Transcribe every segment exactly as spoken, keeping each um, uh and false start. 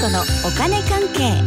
子のお金関係。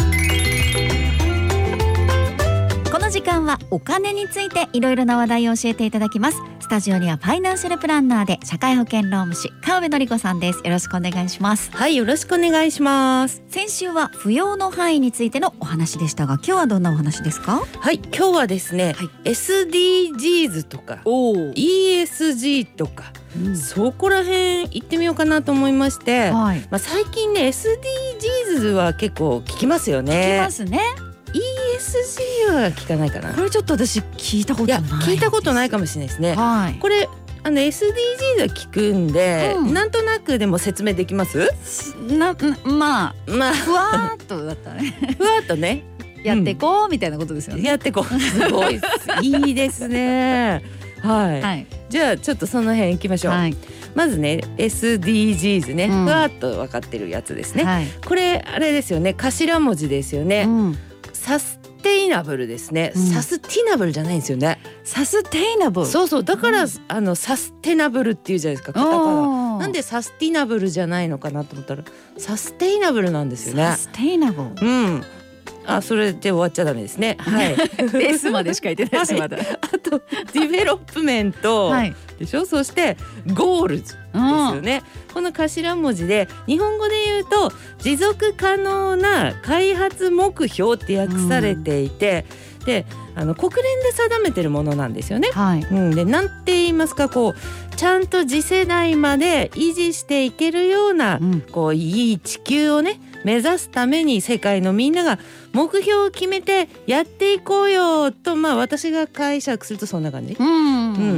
この時間はお金についていろいろな話題を教えていただきます。スタジオにはファイナンシャルプランナーで社会保険労務士川辺典子さんです。よろしくお願いします。 はい、よろしくお願いします。 先週は扶養の範囲についてのお話でしたが、今日はどんなお話ですか？ はい、今日はですね、はい、エスディージーズ とか イーエスジー とか、うん、そこら辺行ってみようかなと思いまして、はい、まあ、最近ね エスディージーズ は結構聞きますよね。 聞きますね。 イーエスジー は聞かないかな。 これちょっと私聞いたことない。いや、 聞いたことないかもしれないですね、はい、これあの エスディージーズ は聞くんで、うん、なんとなくでも説明できます？ なまあまあふわーっとだったねふわーっとねやっていこうみたいなことですよね、 うん、やっていこうすごいいいですねはい、はい、じゃあちょっとその辺行きましょう、はい、まずね エスディージーズ ね、うん、ふわっと分かってるやつですね、はい、これあれですよね、頭文字ですよね、うん、サステイナブルですね、うん、サスティナブルじゃないんですよね。 サステイナブル、 そうそう、だから、うん、あのサステナブルっていうじゃないですか、カタカナ。なんでサスティナブルじゃないのかなと思ったらサステイナブルなんですよね。 サステイナブル、 うん、あ、それで終わっちゃダメですね。はい。 レースまでしか言ってないです、まだ。 あとディベロップメント、はい、でしょ。そしてゴールズですよね。この頭文字で日本語で言うと持続可能な開発目標って訳されていて、うん、であの国連で定めてるものなんですよね。はい、うん、でなんて言いますか、こうちゃんと次世代まで維持していけるような、うん、こういい地球をね目指すために世界のみんなが目標を決めてやっていこうよと、まあ私が解釈するとそんな感じ。うんうんうんうん、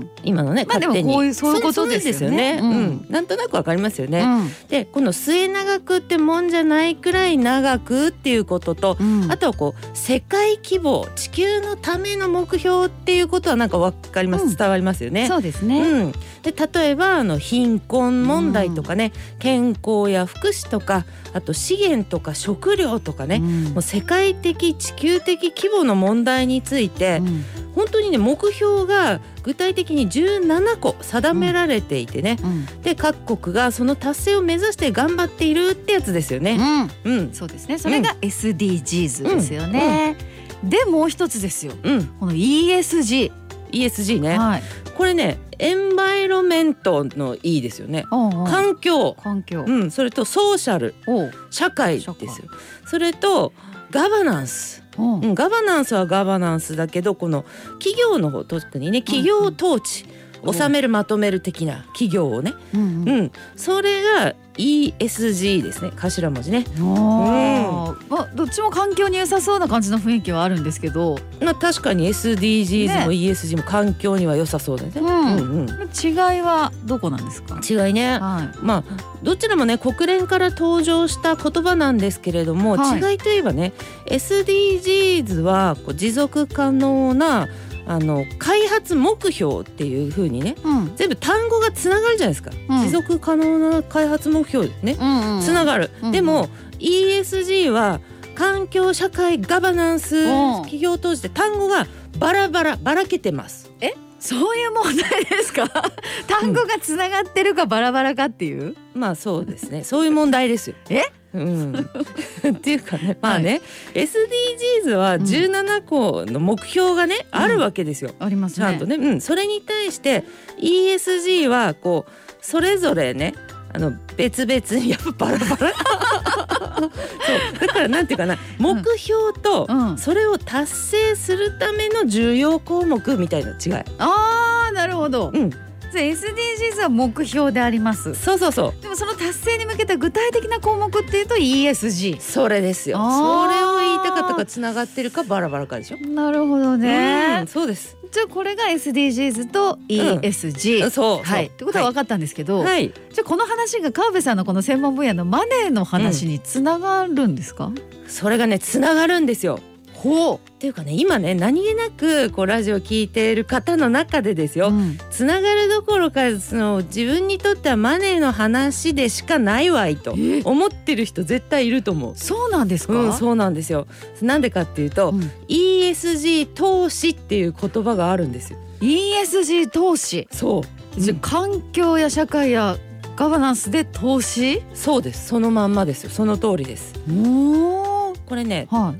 今のね、 まあ、でもこういうそういうことですよね。 うんうん、なんとなくわかりますよね。うん、でこの末永くってもんじゃないくらい長くっていうことと、うん、あとはこう世界規模地球のための目標っていうことはなんかわかります、うん、伝わりますよね。 そうですね。うん、 で例えばあの貧困問題とかね、うん、健康や福祉とか、あと資源とか食料とかね、うん、もう世界的地球的規模の問題について、うん、本当にね目標が具体的にじゅうななこ定められていてね、うん、で各国がその達成を目指して頑張っているってやつですよね。 うんうん、そうですね。それが エスディージーズ ですよね。うんうん、でもう一つですよ、うん、この イーエスジー。 イーエスジー ね、はい、これねエンバイロメントの E ですよね。おうおう、環境、環境、うん、それとソーシャル、社会ですよ。それとガバナンス、うん、ガバナンスはガバナンスだけど、この企業の方、特にね企業統治、うん、収めるまとめる的な企業をね、うんうんうん、それが イーエスジー ですね、頭文字ね。うん、 まあ、どっちも環境に良さそうな感じの雰囲気はあるんですけど、 まあ、確かに エスディージーズ も イーエスジー も環境には良さそうだね。うんうんうん、 違いはどこなんですか？ 違いね、はい、まあどちらもね国連から登場した言葉なんですけれども、はい、違いといえばね エスディージーズ はこう持続可能なあの開発目標っていう風にね、うん、全部単語がつながるじゃないですか、うん、持続可能な開発目標ね、うんうん、つながる、うんうん、でも イーエスジー は環境社会ガバナンス、企業を通して単語がバラバラばらけてます。 え、そういう問題ですか？単語がつながってるかバラバラかっていう、 うん、まあそうですね、そういう問題ですよ。 えうん、っていうかね、まあね、はい、エスディージーズ はじゅうななこの目標がね、うん、あるわけですよ。 ありますね。 ちゃんとね、うん、それに対して イーエスジー はこうそれぞれね、あの別々にやっぱバラバラそうだからなんていうかな、目標とそれを達成するための重要項目みたいな違い。 あー、なるほど、うん、エスディージーズ は目標であります。 そうそうそう。 でもその達成に向けた具体的な項目っていうと イーエスジー。 それですよ。それを言いたかったかつながってるかバラバラかでしょ。 なるほどね、 うん、そうです。 じゃあこれが エスディージーズ と イーエスジー、うん、そうそう、はい、ってことは分かったんですけど、はい、じゃあこの話が川辺さんのこの専門分野のマネーの話につながるんですか？うん、 それがねつながるんですよ。ほうっていうかね、今ね何気なくこうラジオ聞いている方の中でですよ、うん、つながるどころかその自分にとってはマネーの話でしかないわいと思ってる人絶対いると思う。 そうなんですか？ うん、そうなんですよ。なんでかっていうと、うん、イーエスジー 投資っていう言葉があるんですよ。 イーエスジー 投資。 そう、 うん、環境や社会やガバナンスで投資？ そうです、そのまんまですよ。その通りです。 おこれね、 はい、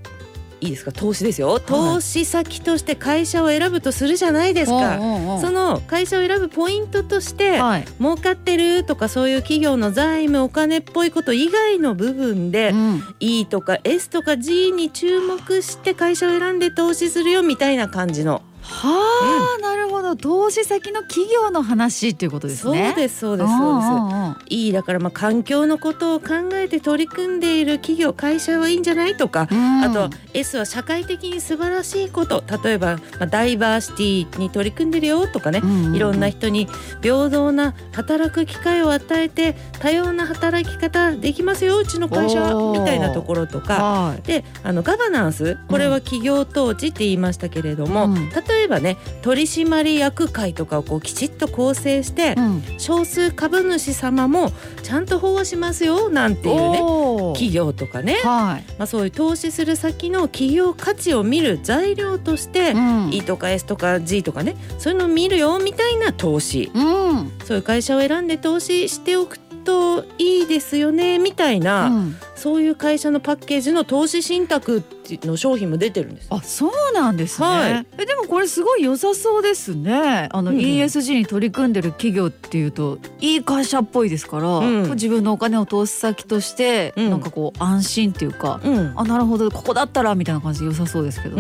いいですか、投資ですよ。投資先として会社を選ぶとするじゃないですか、はい、その会社を選ぶポイントとして、はい、儲かってるとかそういう企業の財務お金っぽいこと以外の部分で、うん、E とか エス とか ジー に注目して会社を選んで投資するよみたいな感じの。 はあ、うん、なるほど。投資先の企業の話っていうことですね。 そうですそうですそうです。いいだからまあ環境のことを考えて取り組んでいる企業会社はいいんじゃないとか、うん、あと S は社会的に素晴らしいこと、例えば、まあ、ダイバーシティに取り組んでるよとかね、うんうん、いろんな人に平等な働く機会を与えて多様な働き方できますようちの会社みたいなところとかで、あのガバナンス、これは企業統治って言いましたけれども、うん、例えばね取締役会とかをこうきちっと構成して、うん、少数株主様もちゃんと保護しますよなんていうね企業とかね、はい、まあ、そういう投資する先の企業価値を見る材料として、うん、E とか エス とか ジー とかね、そういうのを見るよみたいな投資、うん、そういう会社を選んで投資しておくといいですよねみたいな、うん、そういう会社のパッケージの投資信託の商品も出てるんです。 あ、そうなんですね、はい、えでもこれすごい良さそうですね。あの、うん、イーエスジー に取り組んでる企業っていうといい会社っぽいですから、うん、自分のお金を投資先として、うん、なんかこう安心っていうか、うん、あ、なるほどここだったらみたいな感じで良さそうですけど、うん、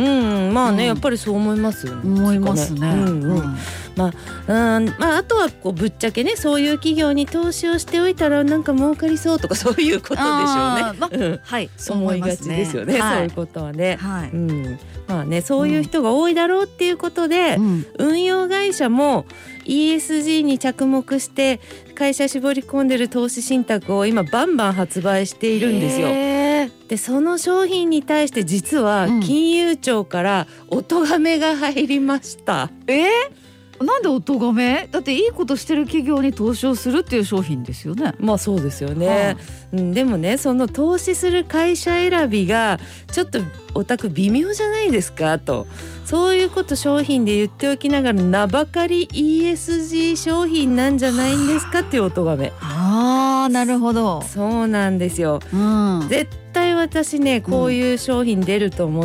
まあね、うん、やっぱりそう思いますよね。 思いますね、うんうん、 まあ、うん、まあ、あとはこうぶっちゃけね、そういう企業に投資をしておいたらなんか儲かりそうとかそういうことでしょうね。 まあ、うん、はい、そう思いますね。 思いがちですよね、はい、そういうことはね、はい、うん、まあね、そういう人が多いだろうっていうことで、うん、運用会社も イーエスジー に着目して会社絞り込んでる投資信託を今バンバン発売しているんですよ。でその商品に対して実は金融庁からお咎めが入りました、 うん、えー、なんでお咎め？だっていいことしてる企業に投資をするっていう商品ですよね。 まあそうですよね、はあ、うん、でもね、その投資する会社選びがちょっとお宅微妙じゃないですかと、そういうこと商品で言っておきながら名ばかり イーエスジー 商品なんじゃないんですかっていうお咎め。 あー、なるほど。 そうなんですよ、うん、絶対私ねこういう商品出ると思って、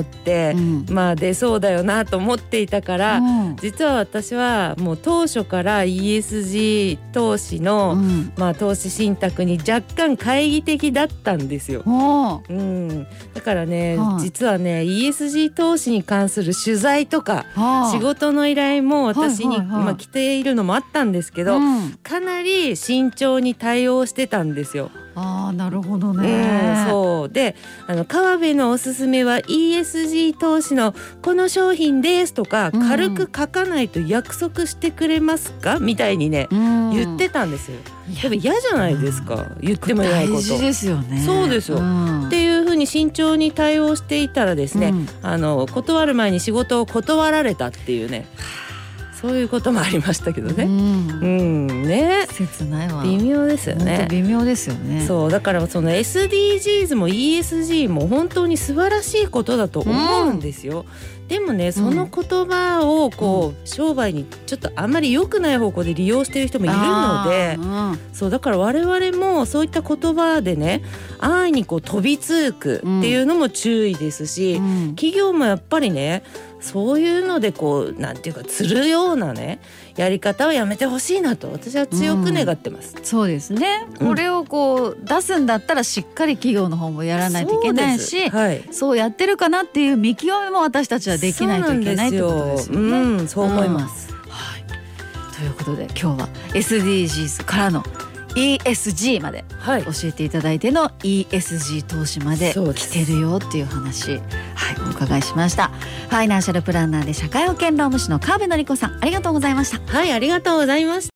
うん、まあ出そうだよなと思っていたから、うん、実は私はもう当初から イーエスジー 投資の、うん、まあ、投資信託に若干懐疑的だったんですよ、うん、だからね、はあ、実はね イーエスジー 投資に関する取材とか、はあ、仕事の依頼も私に、はいはいはい、まあ、来ているのもあったんですけど、うん、かなり慎重に対応してたんですよ。 あー、なるほどね、 うん、そうで、あの川辺のおすすめは イーエスジー 投資のこの商品ですとか、うん、軽く書かないと約束してくれますかみたいにね、うん、言ってたんですよ。でも嫌じゃないですか、うん、言ってもいないこと。 大事ですよね。 そうですよ、うん、っていうふうに慎重に対応していたらですね、うん、あの断る前に仕事を断られたっていうね、そういうこともありましたけどね、うん、うん、ね、 切ないわ。 微妙ですよね。 微妙ですよね。 そうだからその エスディージーズ も イーエスジー も本当に素晴らしいことだと思うんですよ、うん、でもね、その言葉をこう、うん、商売にちょっとあんまり良くない方向で利用している人もいるので、うん、そうだから我々もそういった言葉でね安易にこう飛びつくっていうのも注意ですし、うん、企業もやっぱりねそういうのでこうなんていうか釣るようなねやり方をやめてほしいなと私は強く願ってます、 うん、そうですね、これをこう出すんだったらしっかり企業の方もやらないといけないし、 そう、はい、そうやってるかなっていう見極めも私たちはできないといけないってことですよね。 うん、そう思います、うん、 はい、ということで今日は エスディージーズ からのイーエスジー まで教えていただいての イーエスジー 投資まで来てるよっていう話、はい、お伺いしました。ファイナンシャルプランナーで社会保険労務士の川辺典子さん、ありがとうございました。 はい、ありがとうございました。